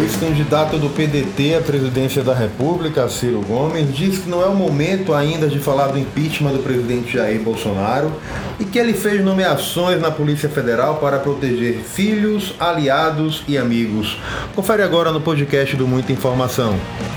O ex-candidato do PDT à presidência da República, Ciro Gomes, diz que não é o momento ainda de falar do impeachment do presidente Jair Bolsonaro e que ele fez nomeações na Polícia Federal para proteger filhos, aliados e amigos. Confere agora no podcast do Muita Informação.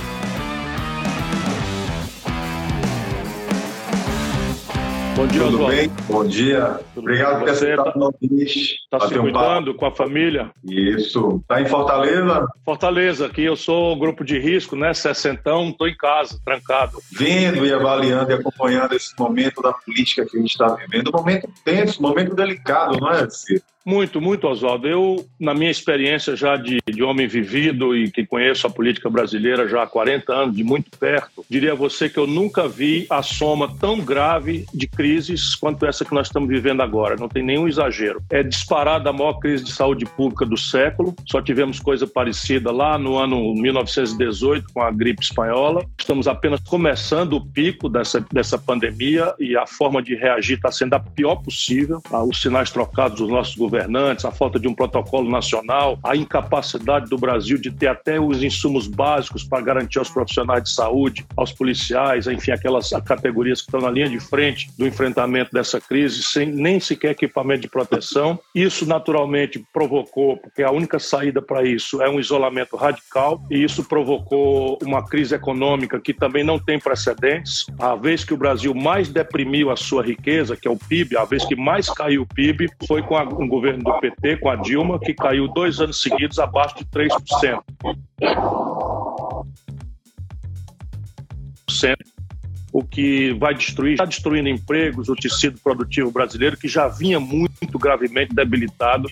Bom dia, Tudo Oswaldo. bem? Bom dia. Obrigado por ter aceitado o convite. Está se cuidando com a família? Isso. Está em Fortaleza? Fortaleza, aqui eu sou grupo de risco, né? 60, estou em casa, trancado. Vendo e avaliando e acompanhando esse momento da política que a gente está vivendo. Um momento tenso, um momento delicado, não é, Ciro? Muito, Oswaldo. Eu, na minha experiência já de homem vivido e que conheço a política brasileira já há 40 anos, de muito perto, diria a você que eu nunca vi a soma tão grave de crises quanto essa que nós estamos vivendo agora. Não tem nenhum exagero. É disparada a maior crise de saúde pública do século. Só tivemos coisa parecida lá no ano 1918 com a gripe espanhola. Estamos apenas começando o pico dessa pandemia e a forma de reagir está sendo a pior possível. Os sinais trocados dos nossos governantes, a falta de um protocolo nacional, a incapacidade do Brasil de ter até os insumos básicos para garantir aos profissionais de saúde, aos policiais, enfim, aquelas categorias que estão na linha de frente do enfrentamento dessa crise, sem nem sequer equipamento de proteção. Isso naturalmente provocou, porque a única saída para isso é um isolamento radical, e isso provocou uma crise econômica que também não tem precedentes. A vez que o Brasil mais deprimiu a sua riqueza, que é o PIB, a vez que mais caiu o PIB, foi com o governo do PT, com a Dilma, que caiu 2 anos seguidos abaixo de 3%. O que vai destruir, está destruindo empregos, o tecido produtivo brasileiro, que já vinha muito gravemente debilitado,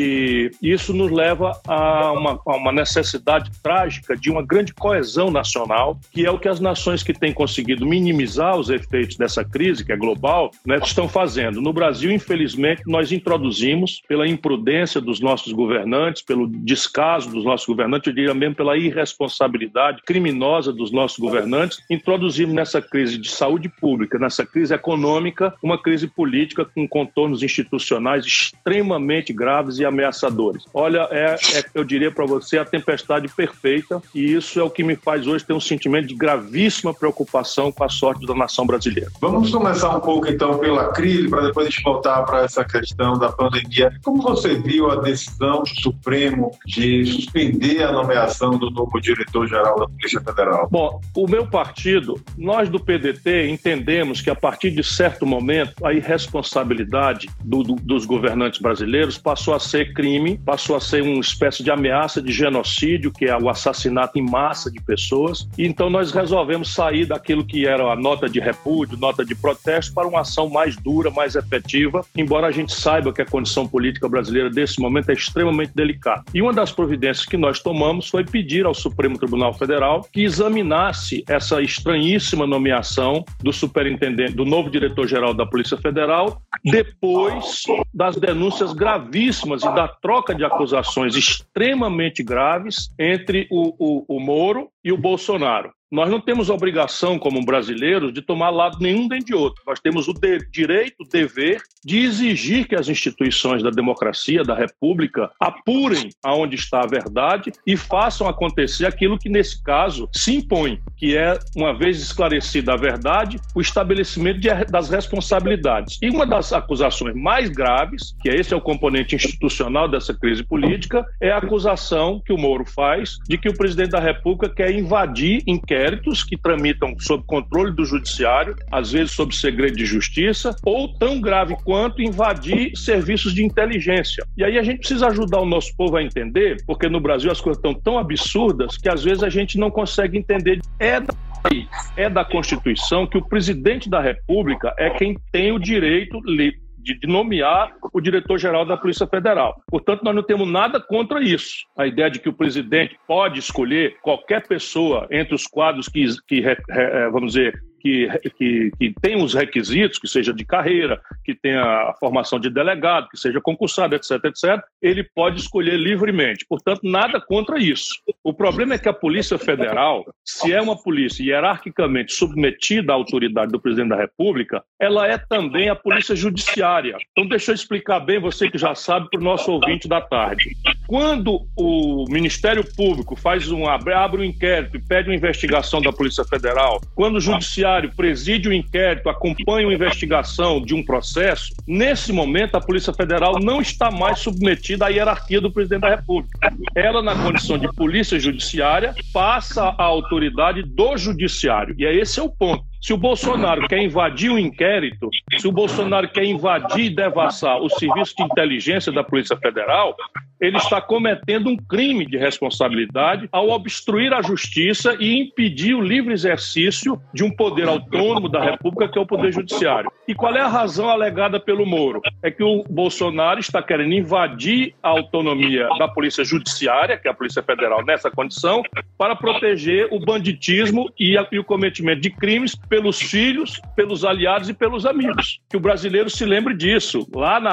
e isso nos leva a uma necessidade trágica de uma grande coesão nacional, que é o que as nações que têm conseguido minimizar os efeitos dessa crise, que é global, né, estão fazendo. No Brasil, infelizmente, nós introduzimos, pela imprudência dos nossos governantes, pelo descaso dos nossos governantes, eu diria mesmo pela irresponsabilidade criminosa dos nossos governantes, introduzimos nessa crise de saúde pública, nessa crise econômica, uma crise política com contornos institucionais extremamente graves e ameaçadores. Olha, eu diria para você, a tempestade perfeita, e isso é o que me faz hoje ter um sentimento de gravíssima preocupação com a sorte da nação brasileira. Vamos começar um pouco, então, pela crise, para depois a gente voltar para essa questão da pandemia. Como você viu a decisão do Supremo de suspender a nomeação do novo diretor-geral da Polícia Federal? Bom, o meu partido, nós do PDT, entendemos que a partir de certo momento a irresponsabilidade dos governantes brasileiros passou a ser crime, passou a ser uma espécie de ameaça de genocídio, que é o assassinato em massa de pessoas. E então nós resolvemos sair daquilo que era a nota de repúdio, nota de protesto, para uma ação mais dura, mais efetiva, embora a gente saiba que a condição política brasileira desse momento é extremamente delicada. E uma das providências que nós tomamos foi pedir ao Supremo Tribunal Federal que examinasse essa estranhíssima nomeação do superintendente, do novo diretor-geral da Polícia Federal, depois das denúncias gravíssimas e da troca de acusações extremamente graves entre o Moro e o Bolsonaro. Nós não temos obrigação, como brasileiros, de tomar lado nenhum nem de outro. Nós temos o direito, o dever de exigir que as instituições da democracia, da república, apurem aonde está a verdade e façam acontecer aquilo que, nesse caso, se impõe, que é, uma vez esclarecida a verdade, o estabelecimento das responsabilidades. E uma das acusações mais graves, que esse é o componente institucional dessa crise política, é a acusação que o Moro faz de que o presidente da República quer invadir inquéritos que tramitam sob controle do judiciário, às vezes sob segredo de justiça, ou tão grave quanto invadir serviços de inteligência. E aí a gente precisa ajudar o nosso povo a entender, porque no Brasil as coisas estão tão absurdas que às vezes a gente não consegue entender. É da Constituição que o presidente da República é quem tem o direito de nomear o diretor-geral da Polícia Federal. Portanto, nós não temos nada contra isso. A ideia de que o presidente pode escolher qualquer pessoa entre os quadros que vamos dizer, que tenha os requisitos, que seja de carreira, que tenha a formação de delegado, que seja concursado, etc., ele pode escolher livremente. Portanto, nada contra isso. O problema é que a Polícia Federal, se é uma polícia hierarquicamente submetida à autoridade do presidente da República, ela é também a polícia judiciária. Então, deixa eu explicar bem, você que já sabe, para o nosso ouvinte da tarde. quando o Ministério Público abre um inquérito e pede uma investigação da Polícia Federal, quando o Judiciário preside o inquérito, acompanha a investigação de um processo, nesse momento a Polícia Federal não está mais submetida à hierarquia do Presidente da República. Ela, na condição de polícia judiciária, passa à autoridade do Judiciário. E esse é o ponto. Se o Bolsonaro quer invadir o inquérito, se o Bolsonaro quer invadir e devassar o serviço de inteligência da Polícia Federal, ele está cometendo um crime de responsabilidade ao obstruir a justiça e impedir o livre exercício de um poder autônomo da República, que é o Poder Judiciário. E qual é a razão alegada pelo Moro? É que o Bolsonaro está querendo invadir a autonomia da Polícia Judiciária, que é a Polícia Federal, nessa condição, para proteger o banditismo e o cometimento de crimes pelos filhos, pelos aliados e pelos amigos. Que o brasileiro se lembre disso.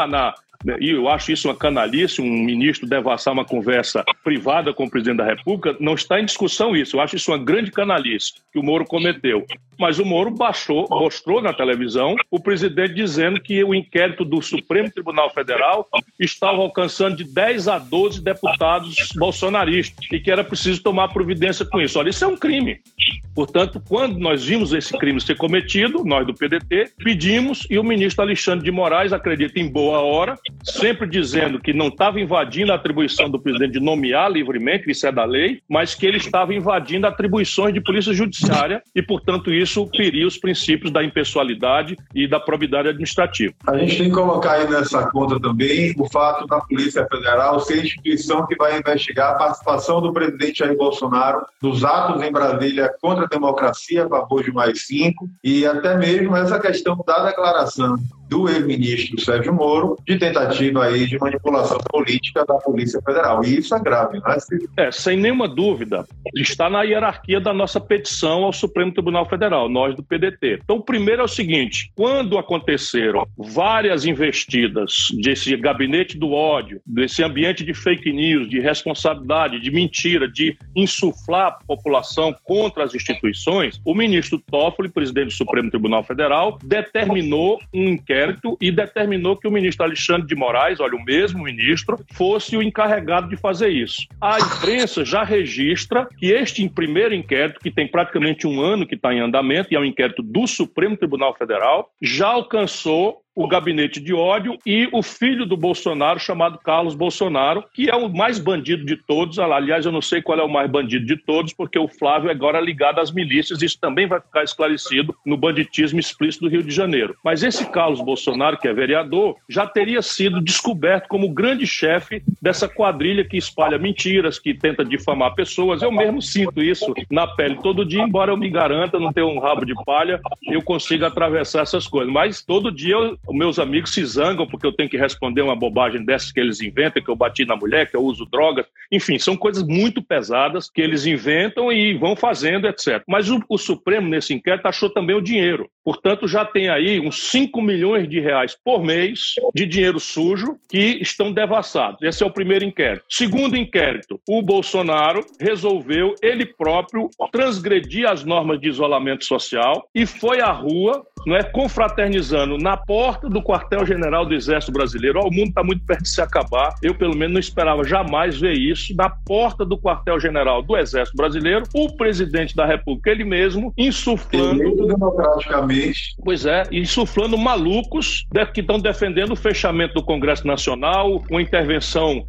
E eu acho isso uma canalice, um ministro devassar uma conversa privada com o presidente da República, não está em discussão isso. Eu acho isso uma grande canalice que o Moro cometeu. Mas o Moro mostrou na televisão o presidente dizendo que o inquérito do Supremo Tribunal Federal estava alcançando de 10 a 12 deputados bolsonaristas e que era preciso tomar providência com isso. Olha, isso é um crime. Portanto, quando nós vimos esse crime ser cometido, nós do PDT, pedimos, e o ministro Alexandre de Moraes acredita em boa hora, sempre dizendo que não estava invadindo a atribuição do presidente de nomear livremente, isso é da lei, mas que ele estava invadindo atribuições de polícia judiciária e, portanto, isso feria os princípios da impessoalidade e da probidade administrativa. A gente tem que colocar aí nessa conta também o fato da Polícia Federal ser a instituição que vai investigar a participação do presidente Jair Bolsonaro nos atos em Brasília contra a democracia, a favor de mais 5, e até mesmo essa questão da declaração do ex-ministro Sérgio Moro de tentativa aí de manipulação política da Polícia Federal. E isso é grave, não é, Ciro? Sem nenhuma dúvida, está na hierarquia da nossa petição ao Supremo Tribunal Federal, nós do PDT. Então, o primeiro é o seguinte: quando aconteceram várias investidas desse gabinete do ódio, desse ambiente de fake news, de responsabilidade, de mentira, de insuflar a população contra as instituições, o ministro Toffoli, presidente do Supremo Tribunal Federal, determinou um inquérito e determinou que o ministro Alexandre de Moraes, o mesmo ministro, fosse o encarregado de fazer isso. A imprensa já registra que este primeiro inquérito, que tem praticamente um ano que está em andamento, e é um inquérito do Supremo Tribunal Federal, já alcançou o gabinete de ódio e o filho do Bolsonaro, chamado Carlos Bolsonaro, que é o mais bandido de todos. Aliás, eu não sei qual é o mais bandido de todos, porque o Flávio é agora ligado às milícias, isso também vai ficar esclarecido no banditismo explícito do Rio de Janeiro. Mas esse Carlos Bolsonaro, que é vereador, já teria sido descoberto como o grande chefe dessa quadrilha que espalha mentiras, que tenta difamar pessoas. Eu mesmo sinto isso na pele todo dia, embora eu me garanta, não tenho um rabo de palha, eu consigo atravessar essas coisas. Mas todo dia meus amigos se zangam porque eu tenho que responder uma bobagem dessas que eles inventam, que eu bati na mulher, que eu uso drogas. Enfim, são coisas muito pesadas que eles inventam e vão fazendo, etc. Mas o Supremo, nesse inquérito, achou também o dinheiro. Portanto, já tem aí uns 5 milhões de reais por mês de dinheiro sujo que estão devassados. Esse é o primeiro inquérito. Segundo inquérito, o Bolsonaro resolveu, ele próprio, transgredir as normas de isolamento social e foi à rua, confraternizando na porta do quartel-general do Exército Brasileiro. O mundo está muito perto de se acabar. Eu, pelo menos, não esperava jamais ver isso. Na porta do quartel-general do Exército Brasileiro, o presidente da República, ele mesmo, insuflando... Eleito democraticamente. Pois é, insuflando malucos que estão defendendo o fechamento do Congresso Nacional, uma intervenção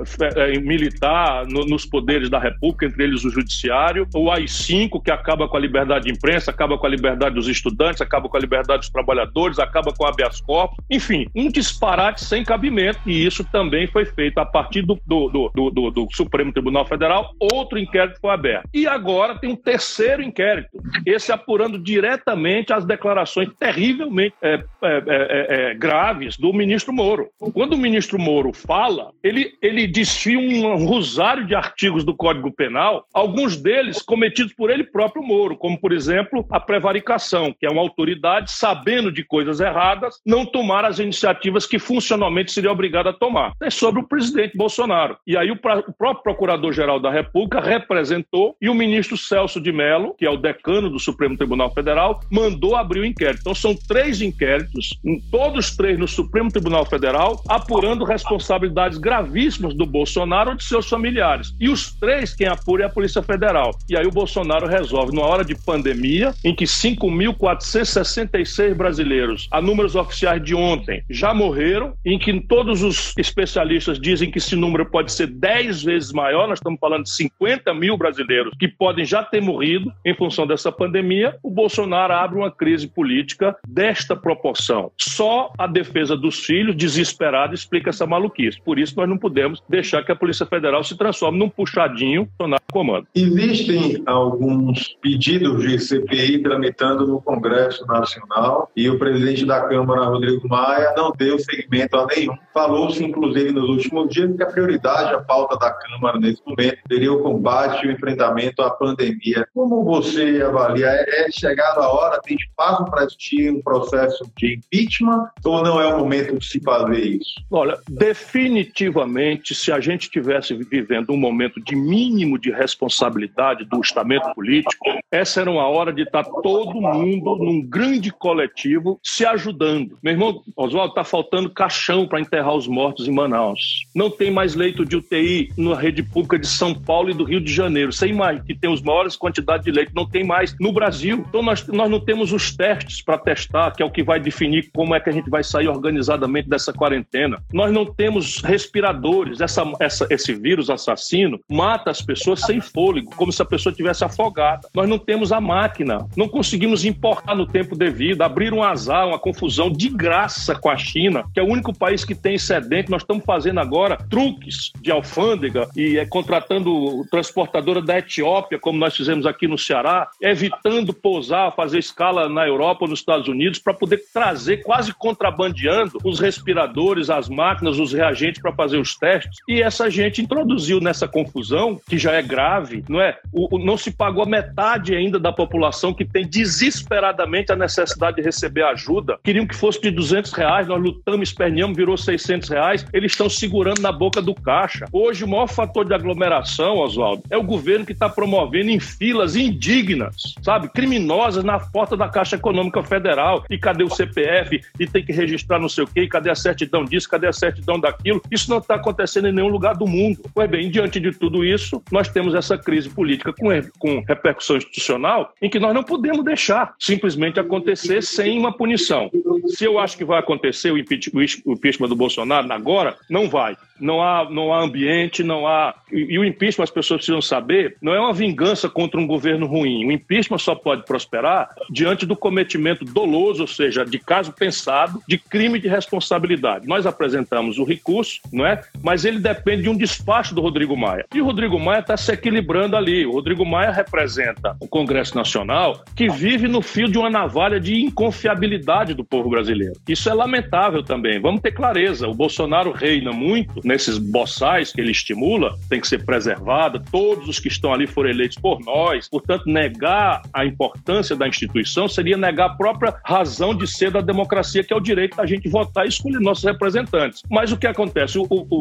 militar nos poderes da República, entre eles o Judiciário, o AI-5, que acaba com a liberdade de imprensa, acaba com a liberdade dos estudantes, acaba com a liberdade dos trabalhadores, acaba com a habeas corpus. Enfim, um disparate sem cabimento, e isso também foi feito a partir do Supremo Tribunal Federal. Outro inquérito foi aberto. E agora tem um terceiro inquérito, esse apurando diretamente as declarações terrivelmente graves do ministro Moro. Quando o ministro Moro fala, ele desfia um rosário de artigos do Código Penal, alguns deles cometidos por ele próprio Moro, como, por exemplo, a prevaricação, que é uma autoridade sabendo de coisas erradas, não tomar as iniciativas que funcionalmente seria obrigado a tomar. É sobre o presidente Bolsonaro. E aí o próprio Procurador-Geral da República representou e o ministro Celso de Mello, que é o decano do Supremo Tribunal Federal, mandou abrir o inquérito. Então são 3 inquéritos, todos 3 no Supremo Tribunal Federal, apurando responsabilidades gravíssimas do Bolsonaro ou de seus familiares. E os 3 quem apura é a Polícia Federal. E aí o Bolsonaro resolve, numa hora de pandemia, em que 5.466 brasileiros, a números oficiais de ontem, já morreram, em que todos os especialistas dizem que esse número pode ser 10 vezes maior, nós estamos falando de 50 mil brasileiros que podem já ter morrido em função dessa pandemia, o Bolsonaro abre uma crise política desta proporção. Só a defesa dos filhos, desesperada, explica essa maluquice. Por isso nós não podemos deixar que a Polícia Federal se transforme num puxadinho no comando. Existem alguns pedidos de CPI tramitando no Congresso Nacional e o presidente da Câmara, Rodrigo Maia, não deu seguimento a nenhum. Falou-se, inclusive, nos últimos dias que a prioridade, a pauta da Câmara nesse momento, seria o combate e o enfrentamento à pandemia. Como você avalia? É chegada a hora, tem espaço para existir um processo de impeachment ou não é o momento de se fazer isso? Olha, definitivamente, se a gente estivesse vivendo um momento de mínimo de responsabilidade do estamento político, essa era uma hora de estar todo mundo num grande coletivo se ajudando. Meu irmão, Oswaldo, está faltando caixão para enterrar os mortos em Manaus. Não tem mais leito de UTI na rede pública de São Paulo e do Rio de Janeiro. Você imagina que tem as maiores quantidades de leito, não tem mais no Brasil. Então nós não temos os testes para testar, que é o que vai definir como é que a gente vai sair organizadamente dessa quarentena. Nós não temos respiradores. Esse vírus assassino mata as pessoas sem fôlego, como se a pessoa tivesse afogada. Nós não temos a máquina, não conseguimos importar no tempo devido, abrir um azar, uma confusão de graça com a China, que é o único país que tem excedente. Nós estamos fazendo agora truques de alfândega e contratando transportadora da Etiópia, como nós fizemos aqui no Ceará, evitando pousar, fazer escala na Europa ou nos Estados Unidos para poder trazer, quase contrabandeando, os respiradores, as máquinas, os reagentes para fazer os testes. E essa gente introduziu nessa confusão, que já é grave, não é? Não se pagou a metade ainda da população que tem desesperadamente a necessidade de receber ajuda. Queriam que fosse de R$200, nós lutamos, esperneamos, virou R$600. Eles estão segurando na boca do caixa. Hoje, o maior fator de aglomeração, Oswaldo, é o governo que está promovendo em filas indignas, sabe? Criminosas na porta da Caixa Econômica Federal. E cadê o CPF? E tem que registrar não sei o quê. E cadê a certidão disso? Cadê a certidão daquilo? Isso não está acontecendo em nenhum lugar do mundo. Pois bem, diante de tudo isso, nós temos essa crise política com repercussão institucional em que nós não podemos deixar simplesmente acontecer sem uma punição. Se eu acho que vai acontecer o impeachment do Bolsonaro agora, não vai. Não há ambiente, não há... E o impeachment, as pessoas precisam saber, não é uma vingança contra um governo ruim. O impeachment só pode prosperar diante do cometimento doloso, ou seja, de caso pensado, de crime de responsabilidade. Nós apresentamos o recurso, não é? Mas ele depende de um despacho do Rodrigo Maia. E o Rodrigo Maia está se equilibrando ali. O Rodrigo Maia representa o Congresso Nacional, que vive no fio de uma navalha de inconfiabilidade do povo brasileiro. Isso é lamentável também. Vamos ter clareza. O Bolsonaro reina muito nesses boçais que ele estimula, tem que ser preservada. Todos os que estão ali foram eleitos por nós. Portanto, negar a importância da instituição seria negar a própria razão de ser da democracia, que é o direito da gente votar e escolher nossos representantes. Mas o que acontece?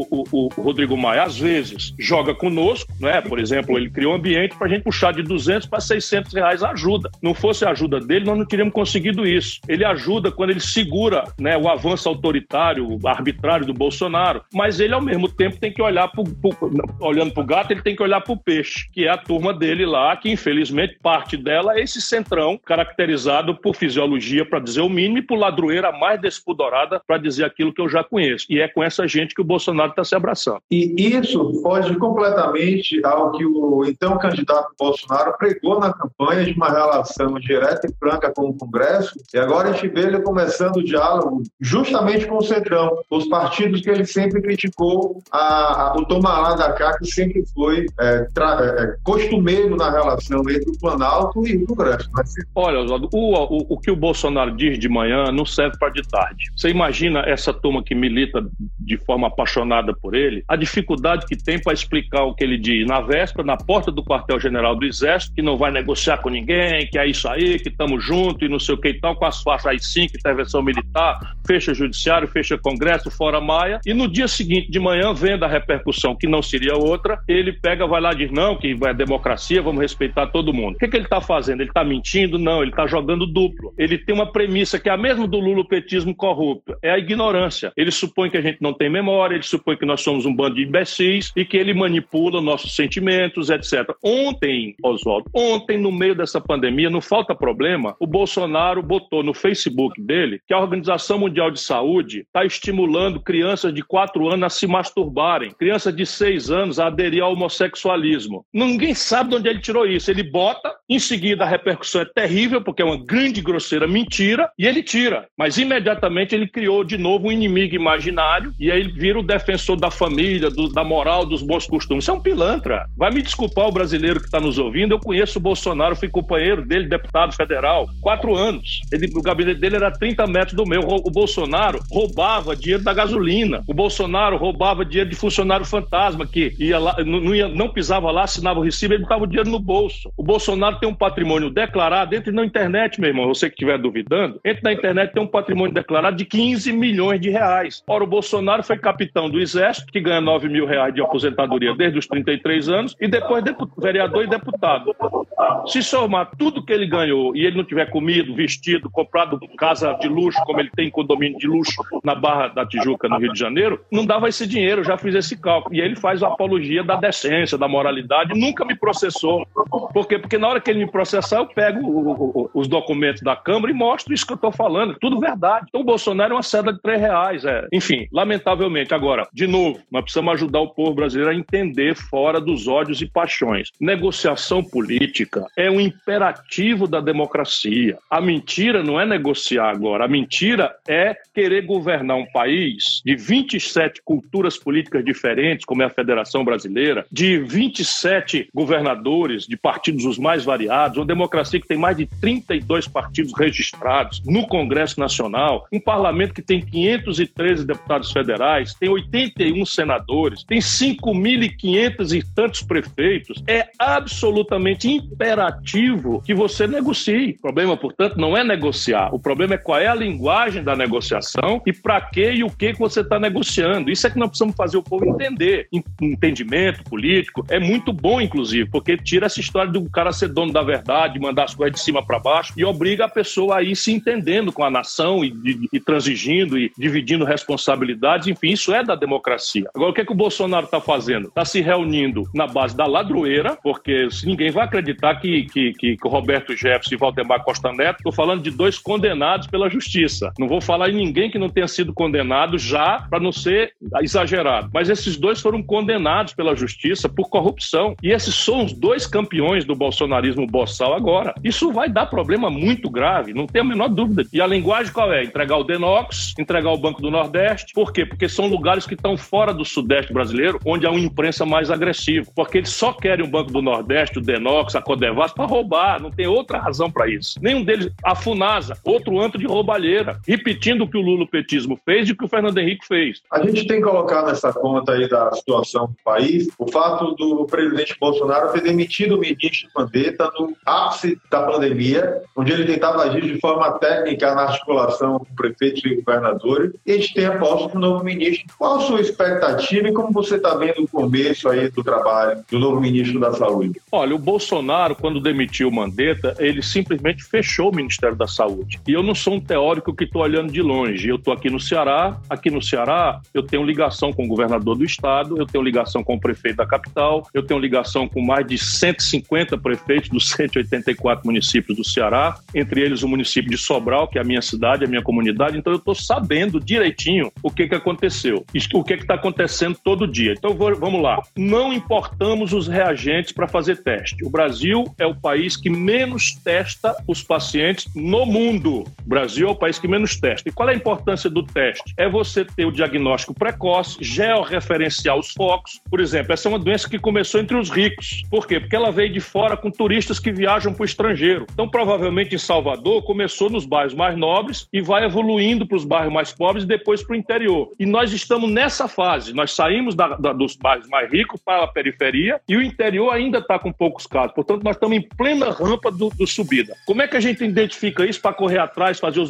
O Rodrigo Maia, às vezes, joga conosco, né? Por exemplo, ele criou um ambiente para a gente puxar de R$200 para R$600 a ajuda. Não fosse a ajuda dele, nós não teríamos conseguido isso. Ele ajuda quando ele segura, né, o avanço autoritário, arbitrário do Bolsonaro, mas ele, ao mesmo tempo, tem que olhar olhando para o gato, ele tem que olhar para o peixe, que é a turma dele lá, que infelizmente parte dela é esse centrão caracterizado por fisiologia, para dizer o mínimo, e por ladroeira mais despudorada, para dizer aquilo que eu já conheço. E é com essa gente que o Bolsonaro está se abraçando. E isso foge completamente ao que o então candidato Bolsonaro pregou na campanha, de uma relação direta e franca com o Congresso, e agora a gente vê ele começando o diálogo justamente com o Centrão, os partidos que ele sempre criticou, o tomar lá da cá, que sempre foi costumeiro na relação entre o Planalto e o Congresso. Olha, Oswaldo, o que o Bolsonaro diz de manhã não serve para de tarde. Você imagina essa turma que milita de forma apaixonada por ele, a dificuldade que tem para explicar o que ele diz na véspera, na porta do quartel-general do Exército, que não vai negociar com ninguém, que é isso aí, que estamos juntos e não sei o que e tal, com as faixas AI-5, intervenção militar. parlamentar, fecha judiciário, fecha Congresso, fora Maia, e no dia seguinte de manhã, vendo a repercussão que não seria outra, ele pega, vai lá e diz, não, que é democracia, vamos respeitar todo mundo. O que ele está fazendo? Ele está mentindo? Não, ele está jogando duplo. Ele tem uma premissa que é a mesma do lulopetismo corrupto, é a ignorância. Ele supõe que a gente não tem memória, ele supõe que nós somos um bando de imbecis e que ele manipula nossos sentimentos, etc. Ontem, Oswaldo, no meio dessa pandemia, não falta problema, o Bolsonaro botou no Facebook dele que a Organização Mundial de Saúde está estimulando crianças de 4 anos a se masturbarem, crianças de 6 anos a aderir ao homossexualismo. Ninguém sabe de onde ele tirou isso. Ele bota, em seguida a repercussão é terrível, porque é uma grande grosseira mentira, e ele tira. Mas imediatamente ele criou de novo um inimigo imaginário, e aí ele vira o defensor da família, da moral, dos bons costumes. Isso é um pilantra. Vai me desculpar o brasileiro que está nos ouvindo, eu conheço o Bolsonaro, fui companheiro dele, deputado federal, 4 anos. O gabinete dele era 30 metros do meu. O Bolsonaro roubava dinheiro da gasolina. O Bolsonaro roubava dinheiro de funcionário fantasma, que ia lá, não pisava lá, assinava o recibo, ele botava o dinheiro no bolso. O Bolsonaro tem um patrimônio declarado, entre na internet, meu irmão, você que estiver duvidando, entre na internet tem um patrimônio declarado de 15 milhões de reais. Ora, o Bolsonaro foi capitão do Exército, que ganha 9 mil reais de aposentadoria desde os 33 anos, e depois vereador e deputado. Se somar tudo que ele ganhou e ele não tiver comido, vestido, comprado casa de luxo, como ele tem condomínio de luxo na Barra da Tijuca, no Rio de Janeiro, não dava esse dinheiro, eu já fiz esse cálculo. E aí ele faz a apologia da decência, da moralidade, nunca me processou. Por quê? Porque na hora que ele me processar, eu pego os documentos da Câmara e mostro isso que eu estou falando, tudo verdade. Então o Bolsonaro é uma cédula de R$3. Enfim, lamentavelmente. Agora, de novo, nós precisamos ajudar o povo brasileiro a entender fora dos ódios e paixões. Negociação política é um imperativo da democracia. A mentira não é negociar agora, a mentira é querer governar um país de 27 culturas políticas diferentes, como é a Federação Brasileira, de 27 governadores de partidos os mais variados, uma democracia que tem mais de 32 partidos registrados no Congresso Nacional, um parlamento que tem 513 deputados federais, tem 81 senadores, tem 5.500 e tantos prefeitos. É absolutamente imperativo que você negocie. O problema, portanto, não é negociar. O problema é qual é a linguagem da negociação e para quê e o que você está negociando. Isso é que nós precisamos fazer o povo entender. Entendimento político é muito bom, inclusive, porque tira essa história do cara ser dono da verdade, mandar as coisas de cima para baixo e obriga a pessoa a ir se entendendo com a nação e transigindo e dividindo responsabilidades. Enfim, isso é da democracia. Agora, o que o Bolsonaro está fazendo? Está se reunindo na base da ladroeira, porque ninguém vai acreditar que o Roberto Jefferson e Valdemar Costa Neto, estou falando de 2 condenados pela justiça. Não vou falar em ninguém que não tenha sido condenado já, para não ser exagerado. Mas esses 2 foram condenados pela justiça por corrupção. E esses são os 2 campeões do bolsonarismo boçal agora. Isso vai dar problema muito grave, não tem a menor dúvida. E a linguagem qual é? Entregar o Denox, entregar o Banco do Nordeste. Por quê? Porque são lugares que estão fora do Sudeste brasileiro, onde há uma imprensa mais agressiva. Porque eles só querem o Banco do Nordeste, o Denox, a Codevasf para roubar. Não tem outra razão para isso. Nenhum deles. A Funasa, outro antro de roubalheira, repetindo o que o lulopetismo fez e o que o Fernando Henrique fez. A gente tem que colocar nessa conta aí da situação do país o fato do presidente Bolsonaro ter demitido o ministro Mandetta no ápice da pandemia, onde ele tentava agir de forma técnica na articulação com prefeitos e governadores, e a gente tem a posse do novo ministro. Qual a sua expectativa e como você está vendo o começo aí do trabalho do novo ministro da Saúde? Olha, o Bolsonaro, quando demitiu o Mandetta, ele simplesmente fechou o Ministério da Saúde. E eu não sou um teórico que estou olhando de longe. Eu estou aqui no Ceará. Aqui no Ceará, eu tenho ligação com o governador do estado, eu tenho ligação com o prefeito da capital, eu tenho ligação com mais de 150 prefeitos dos 184 municípios do Ceará, entre eles o município de Sobral, que é a minha cidade, a minha comunidade. Então eu estou sabendo direitinho o que aconteceu, o que está acontecendo todo dia. Então vamos lá. Não importamos os reagentes para fazer teste. O Brasil é o país que menos testa os pacientes no mundo. O Brasil é o país que menos testa. E qual é a importância do teste? É você ter o diagnóstico precoce, georreferenciar os focos. Por exemplo, essa é uma doença que começou entre os ricos. Por quê? Porque ela veio de fora com turistas que viajam para o estrangeiro. Então, provavelmente em Salvador, começou nos bairros mais nobres e vai evoluindo para os bairros mais pobres e depois para o interior. E nós estamos nessa fase. Nós saímos dos bairros mais ricos para a periferia e o interior ainda está com poucos casos. Portanto, nós estamos em plena rampa do subida. Como é que a gente identifica isso para correr atrás, fazer os bloqueios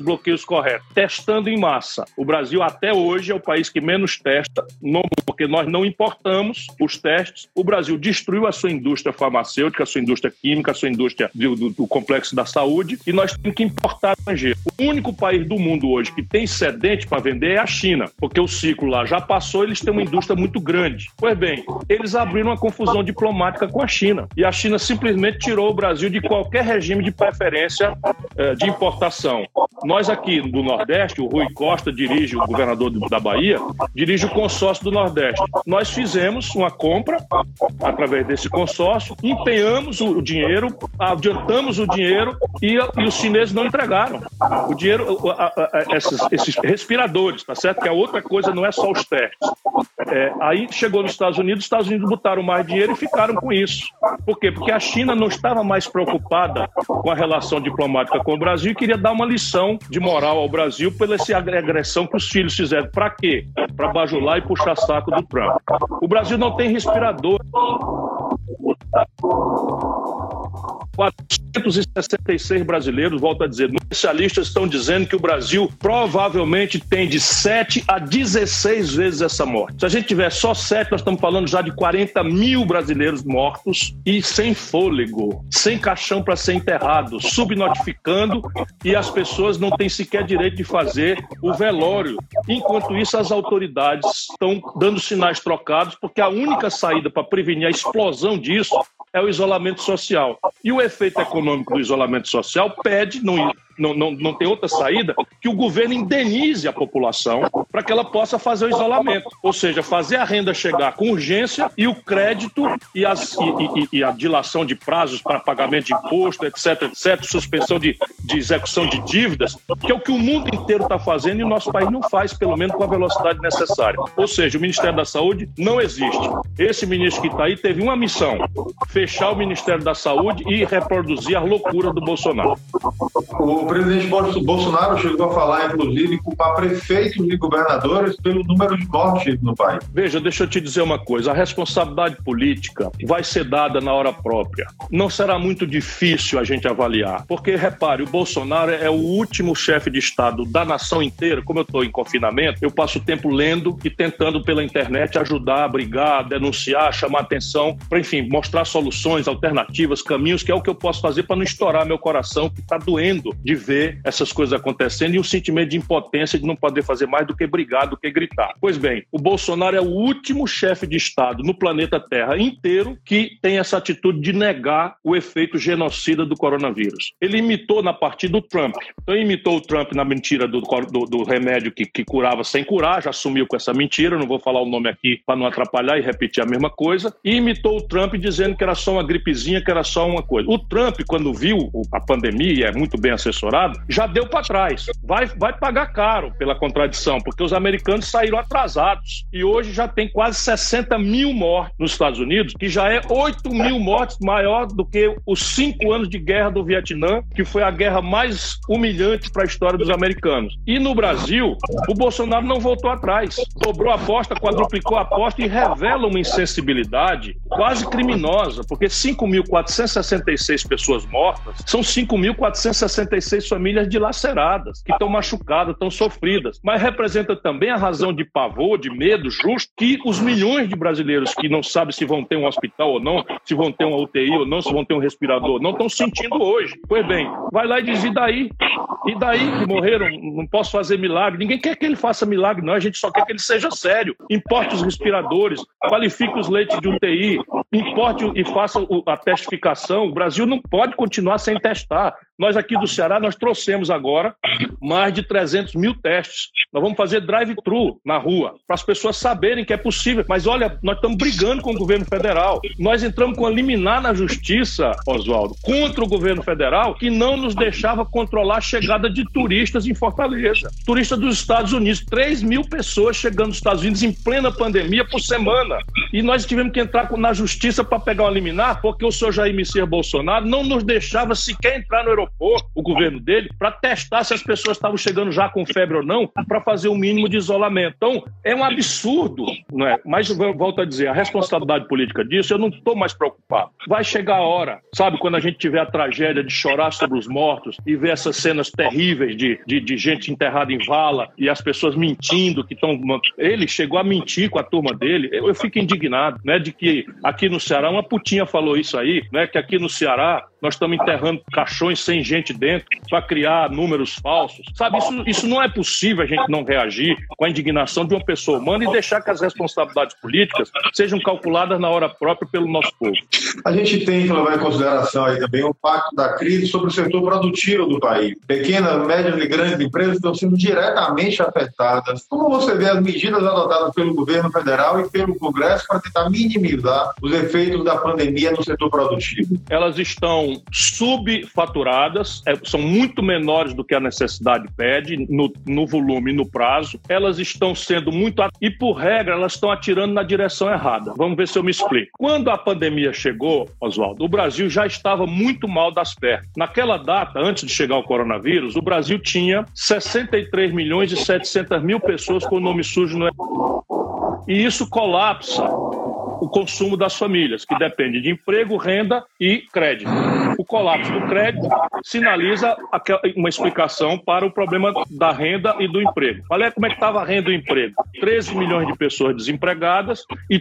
correto, testando em massa. O Brasil até hoje é o país que menos testa, porque nós não importamos os testes. O Brasil destruiu a sua indústria farmacêutica, a sua indústria química, a sua indústria do complexo da saúde, e nós temos que importar estrangeiro. O único país do mundo hoje que tem excedente para vender é a China, porque o ciclo lá já passou, eles têm uma indústria muito grande. Pois bem, eles abriram uma confusão diplomática com a China, e a China simplesmente tirou o Brasil de qualquer regime de preferência de importação. Nós aqui do Nordeste, o Rui Costa dirige, o governador da Bahia, dirige o consórcio do Nordeste. Nós fizemos uma compra através desse consórcio, empenhamos o dinheiro, adiantamos o dinheiro e os chineses não entregaram o dinheiro, esses respiradores, tá certo? Que a outra coisa não é só os testes. Aí chegou nos Estados Unidos botaram mais dinheiro e ficaram com isso. Por quê? Porque a China não estava mais preocupada com a relação diplomática com o Brasil e queria dar uma lição de moral ao Brasil pela essa agressão que os filhos fizeram. Para quê? Para bajular e puxar saco do Trump. O Brasil não tem respirador. 466 brasileiros, volto a dizer, especialistas estão dizendo que o Brasil provavelmente tem de 7 a 16 vezes essa morte. Se a gente tiver só 7, nós estamos falando já de 40 mil brasileiros mortos e sem fôlego, sem caixão para ser enterrado, subnotificando, e as pessoas não têm sequer direito de fazer o velório. Enquanto isso, as autoridades estão dando sinais trocados, porque a única saída para prevenir a explosão disso é o isolamento social. E o efeito econômico do isolamento social pede, não tem outra saída, que o governo indenize a população para que ela possa fazer o isolamento. Ou seja, fazer a renda chegar com urgência e o crédito e a dilação de prazos para pagamento de imposto, etc., suspensão de execução de dívidas, que é o que o mundo inteiro está fazendo e o nosso país não faz, pelo menos com a velocidade necessária. Ou seja, o Ministério da Saúde não existe. Esse ministro que está aí teve uma missão: fechar o Ministério da Saúde e reproduzir a loucura do Bolsonaro. O presidente Bolsonaro chegou a falar, inclusive, culpar prefeitos e governadores pelo número de mortes no país. Veja, deixa eu te dizer uma coisa. A responsabilidade política vai ser dada na hora própria. Não será muito difícil a gente avaliar. Porque, repare, o Bolsonaro é o último chefe de Estado da nação inteira. Como eu estou em confinamento, eu passo o tempo lendo e tentando pela internet ajudar, a brigar, denunciar, chamar atenção, para, enfim, mostrar soluções, alternativas, caminhos, que é o que eu posso fazer para não estourar meu coração, que está doendo de ver essas coisas acontecendo, e um sentimento de impotência de não poder fazer mais do que brigar, do que gritar. Pois bem, o Bolsonaro é o último chefe de Estado no planeta Terra inteiro que tem essa atitude de negar o efeito genocida do coronavírus. Ele imitou na partida do Trump. Então imitou o Trump na mentira do remédio que curava sem curar, já assumiu com essa mentira, não vou falar o nome aqui para não atrapalhar e repetir a mesma coisa, e imitou o Trump dizendo que era só uma gripezinha, que era só uma coisa. O Trump, quando viu a pandemia, e é muito bem assessorado, já deu para trás. Vai pagar caro pela contradição, porque os americanos saíram atrasados. E hoje já tem quase 60 mil mortes nos Estados Unidos, que já é 8 mil mortes maior do que os 5 anos de guerra do Vietnã, que foi a guerra mais humilhante para a história dos americanos. E no Brasil, o Bolsonaro não voltou atrás. Dobrou a aposta, quadruplicou a aposta e revela uma insensibilidade quase criminosa, porque 5.466 pessoas mortas são 5.466 famílias dilaceradas, que estão machucadas, estão sofridas, mas representa também a razão de pavor, de medo justo, que os milhões de brasileiros que não sabem se vão ter um hospital ou não, se vão ter uma UTI ou não, se vão ter um respirador ou não, estão sentindo hoje. Pois bem, vai lá e diz, e daí? E daí que morreram, não posso fazer milagre? Ninguém quer que ele faça milagre, não, a gente só quer que ele seja sério. Importe os respiradores, qualifique os leitos de UTI, importe e faça a testificação. O Brasil não pode continuar sem testar. Nós aqui do Ceará, nós trouxemos agora mais de 300 mil testes. Nós vamos fazer drive-thru na rua, para as pessoas saberem que é possível. Mas olha, nós estamos brigando com o governo federal. Nós entramos com a liminar na justiça, Oswaldo, contra o governo federal, que não nos deixava controlar a chegada de turistas em Fortaleza. Turistas dos Estados Unidos. 3 mil pessoas chegando nos Estados Unidos em plena pandemia por semana. E nós tivemos que entrar na justiça para pegar uma liminar, porque o senhor Jair Messias Bolsonaro não nos deixava sequer entrar no aeroporto propor, o governo dele, para testar se as pessoas estavam chegando já com febre ou não, para fazer o mínimo de isolamento. Então, é um absurdo, não é? Mas, eu volto a dizer, a responsabilidade política disso, eu não estou mais preocupado. Vai chegar a hora, sabe, quando a gente tiver a tragédia de chorar sobre os mortos e ver essas cenas terríveis de gente enterrada em vala e as pessoas mentindo que estão... Ele chegou a mentir com a turma dele. Eu fico indignado, né, de que aqui no Ceará, uma putinha falou isso aí, né, que aqui no Ceará nós estamos enterrando caixões sem gente dentro para criar números falsos. Sabe, isso não é possível a gente não reagir com a indignação de uma pessoa humana e deixar que as responsabilidades políticas sejam calculadas na hora própria pelo nosso povo. A gente tem que levar em consideração aí também o impacto da crise sobre o setor produtivo do país. Pequenas, médias e grandes empresas estão sendo diretamente afetadas. Como você vê as medidas adotadas pelo governo federal e pelo Congresso para tentar minimizar os efeitos da pandemia no setor produtivo? Elas estão subfaturadas, são muito menores do que a necessidade pede, no volume e no prazo. Elas estão sendo muito... E, por regra, elas estão atirando na direção errada. Vamos ver se eu me explico. Quando a pandemia chegou, Oswaldo, o Brasil já estava muito mal das pernas. Naquela data, antes de chegar o coronavírus, o Brasil tinha 63 milhões e 700 mil pessoas com o nome sujo no... E isso colapsa o consumo das famílias, que depende de emprego, renda e crédito. O colapso do crédito sinaliza uma explicação para o problema da renda e do emprego. Olha como é que estava a renda e o emprego. 13 milhões de pessoas desempregadas e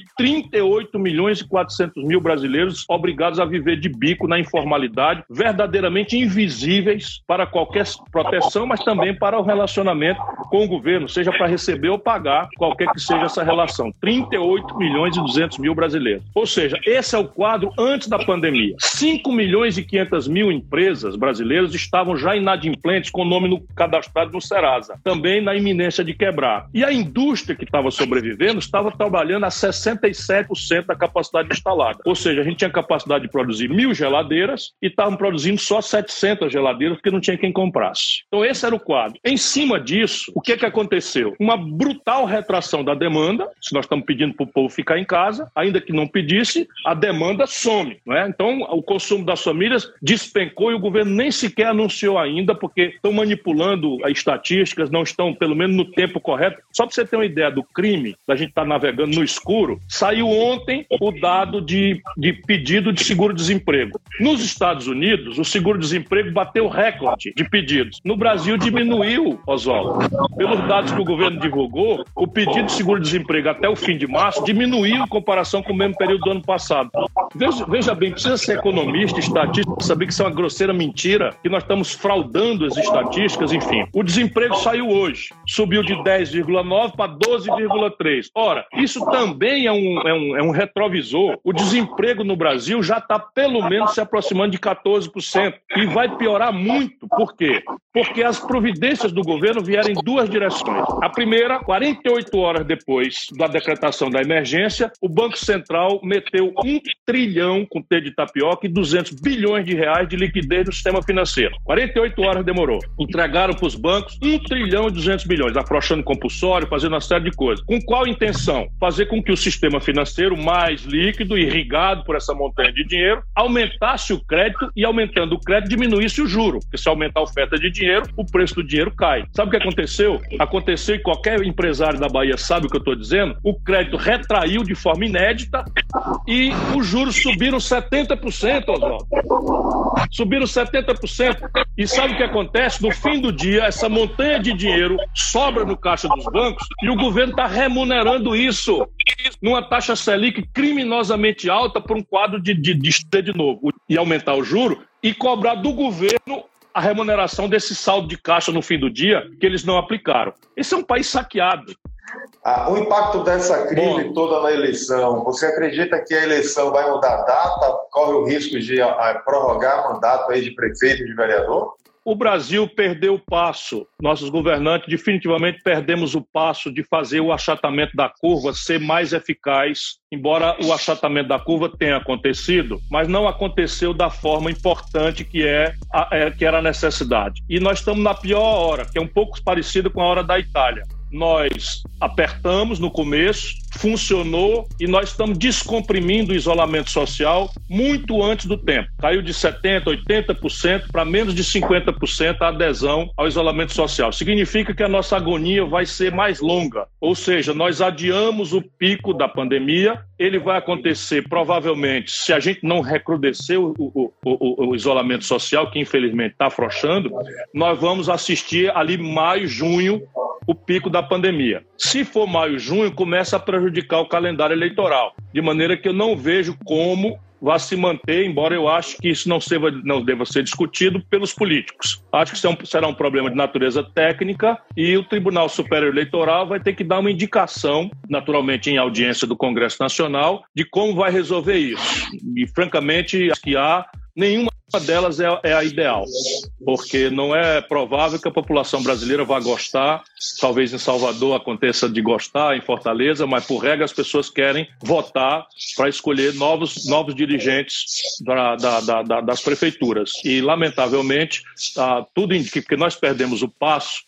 38 milhões e 400 mil brasileiros obrigados a viver de bico na informalidade, verdadeiramente invisíveis para qualquer proteção, mas também para o relacionamento com o governo, seja para receber ou pagar, qualquer que seja essa relação. 38 milhões e 200 mil brasileiros. Ou seja, esse é o quadro antes da pandemia. 5 milhões e 500 mil empresas brasileiras estavam já inadimplentes com o nome cadastrado no Serasa, também na iminência de quebrar. E a indústria que estava sobrevivendo estava trabalhando a 67% da capacidade instalada. Ou seja, a gente tinha capacidade de produzir 1.000 geladeiras e estavam produzindo só 700 geladeiras porque não tinha quem comprasse. Então esse era o quadro. Em cima disso, o que aconteceu? Uma brutal retração da demanda. Se nós estamos pedindo para o povo ficar em casa, ainda que não pedisse, a demanda some, não é? Então o consumo das famílias despencou e o governo nem sequer anunciou ainda, porque estão manipulando as estatísticas, não estão, pelo menos, no tempo correto. Só para você ter uma ideia do crime, da gente estar navegando no escuro, saiu ontem o dado de pedido de seguro-desemprego. Nos Estados Unidos, o seguro-desemprego bateu recorde de pedidos. No Brasil, diminuiu, Oswaldo. Pelos dados que o governo divulgou, o pedido de seguro-desemprego até o fim de março diminuiu em comparação com o mesmo período do ano passado. Veja bem, precisa ser economista, statista, para saber que isso é uma grosseira mentira, que nós estamos fraudando as estatísticas, enfim. O desemprego saiu hoje, subiu de 10,9 para 12,3. Ora, isso também é um retrovisor. O desemprego no Brasil já está pelo menos se aproximando de 14% e vai piorar muito. Por quê? Porque as providências do governo vieram em duas direções. A primeira, 48 horas depois da decretação da emergência, o Banco Central meteu 1 trilhão, com T de tapioca, e 200 bilhões de reais de liquidez no sistema financeiro. 48 horas demorou. Entregaram para os bancos 1 trilhão e 200 bilhões, afrouxando compulsório, fazendo uma série de coisas. Com qual intenção? Fazer com que o sistema financeiro, mais líquido, irrigado por essa montanha de dinheiro, aumentasse o crédito e, aumentando o crédito, diminuísse o juro. Porque se aumentar a oferta de dinheiro, o preço do dinheiro cai. Sabe o que aconteceu? Aconteceu, e qualquer empresário da Bahia sabe o que eu estou dizendo, o crédito retraiu de forma inédita e os juros subiram 70%, Oswaldo. Subiram 70%. E sabe o que acontece? No fim do dia, essa montanha de dinheiro sobra no caixa dos bancos e o governo está remunerando isso numa taxa Selic criminosamente alta por um quadro de novo. E aumentar o juro e cobrar do governo a remuneração desse saldo de caixa no fim do dia que eles não aplicaram. Esse é um país saqueado. O impacto dessa crise toda na eleição, você acredita que a eleição vai mudar a data? Corre o risco de prorrogar mandato aí de prefeito e de vereador? O Brasil perdeu o passo. Nossos governantes definitivamente perdemos o passo de fazer o achatamento da curva ser mais eficaz, embora o achatamento da curva tenha acontecido, mas não aconteceu da forma importante que era a necessidade. E nós estamos na pior hora, que é um pouco parecida com a hora da Itália. nós apertamos no começo, funcionou e nós estamos descomprimindo o isolamento social muito antes do tempo. Caiu de 70%, 80% para menos de 50% a adesão ao isolamento social. Significa que a nossa agonia vai ser mais longa, ou seja, nós adiamos o pico da pandemia. Ele vai acontecer provavelmente, se a gente não recrudescer o isolamento social, que infelizmente está afrouxando, nós vamos assistir ali maio, junho, o pico da pandemia. Se for maio, junho, começa a prejudicar o calendário eleitoral, de maneira que eu não vejo como vai se manter, embora eu acho que isso não deva ser discutido pelos políticos. Acho que será um problema de natureza técnica e o Tribunal Superior Eleitoral vai ter que dar uma indicação, naturalmente em audiência do Congresso Nacional, de como vai resolver isso. E, francamente, acho que nenhuma delas é a ideal, porque não é provável que a população brasileira vá gostar. Talvez em Salvador aconteça de gostar, em Fortaleza, mas por regra as pessoas querem votar para escolher novos dirigentes das prefeituras. E, lamentavelmente, tudo indica que nós perdemos o passo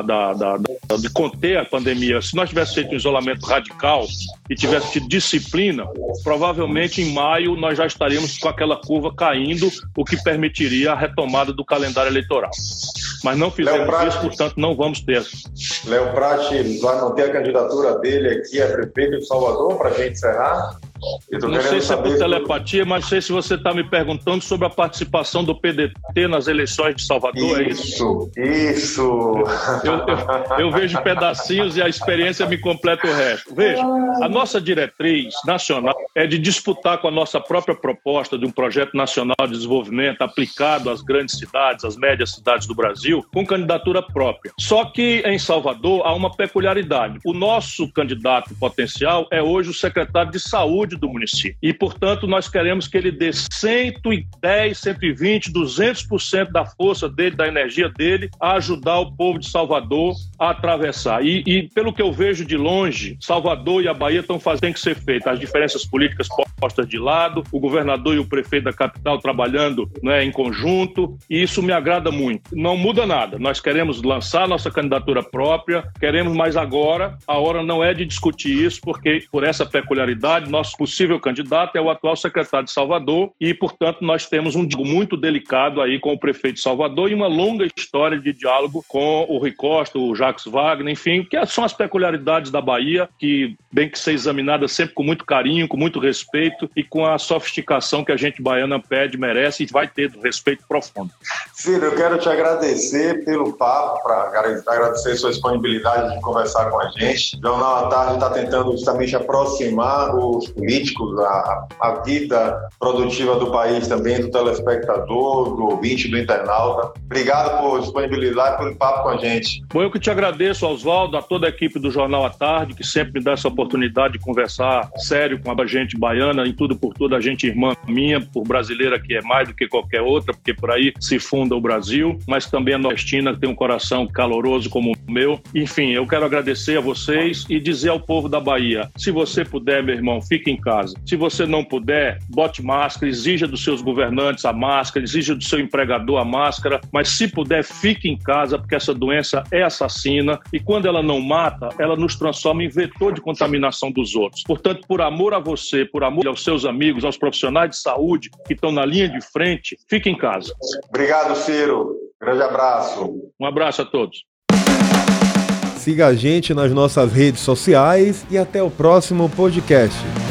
de conter a pandemia. Se nós tivéssemos feito um isolamento radical e tivéssemos tido disciplina, provavelmente em maio nós já estaríamos com aquela curva caindo, o que permitiria a retomada do calendário eleitoral. Mas não fizemos isso, portanto não vamos ter. Léo Prati vai manter a candidatura dele aqui a prefeito de Salvador, para a gente encerrar? Não sei se é por telepatia, mas não sei se você está me perguntando sobre a participação do PDT nas eleições de Salvador, é isso? Isso! Eu vejo pedacinhos e a experiência me completa o resto. Veja, a nossa diretriz nacional é de disputar com a nossa própria proposta de um projeto nacional de desenvolvimento aplicado às grandes cidades, às médias cidades do Brasil, com candidatura própria. Só que em Salvador há uma peculiaridade. O nosso candidato potencial é hoje o secretário de Saúde do município. E, portanto, nós queremos que ele dê 110, 120, 200% da força dele, da energia dele, a ajudar o povo de Salvador a atravessar. E pelo que eu vejo de longe, Salvador e a Bahia têm que ser feitas. As diferenças políticas postas de lado, o governador e o prefeito da capital trabalhando, né, em conjunto, e isso me agrada muito. Não muda nada. Nós queremos lançar nossa candidatura própria, queremos, mas agora a hora não é de discutir isso, porque por essa peculiaridade, nosso possível candidato é o atual secretário de Salvador e, portanto, nós temos um diálogo muito delicado aí com o prefeito de Salvador e uma longa história de diálogo com o Rui Costa, o Jacques Wagner, enfim, que são as peculiaridades da Bahia, que tem que ser examinada sempre com muito carinho, com muito respeito e com a sofisticação que a gente baiana pede, merece e vai ter do respeito profundo. Ciro, eu quero te agradecer pelo papo, para agradecer sua disponibilidade de conversar com a gente. O Jornal à Tarde está tentando justamente aproximar os políticos, a vida produtiva do país também, do telespectador, do ouvinte, do internauta. Obrigado por disponibilidade, pelo papo com a gente. Bom, eu que te agradeço, Oswaldo, a toda a equipe do Jornal à Tarde, que sempre me dá essa oportunidade de conversar sério com a gente baiana, em tudo por tudo, a gente irmã minha, por brasileira que é mais do que qualquer outra, porque por aí se funda o Brasil, mas também a nordestina, que tem um coração caloroso como o meu. Enfim, eu quero agradecer a vocês e dizer ao povo da Bahia, se você puder, meu irmão, fique em casa. Se você não puder, bote máscara, exija dos seus governantes a máscara, exija do seu empregador a máscara, mas se puder, fique em casa, porque essa doença é assassina e quando ela não mata, ela nos transforma em vetor de contaminação dos outros. Portanto, por amor a você, por amor aos seus amigos, aos profissionais de saúde que estão na linha de frente, fique em casa. Obrigado, Ciro. Grande abraço. Um abraço a todos. Siga a gente nas nossas redes sociais e até o próximo podcast.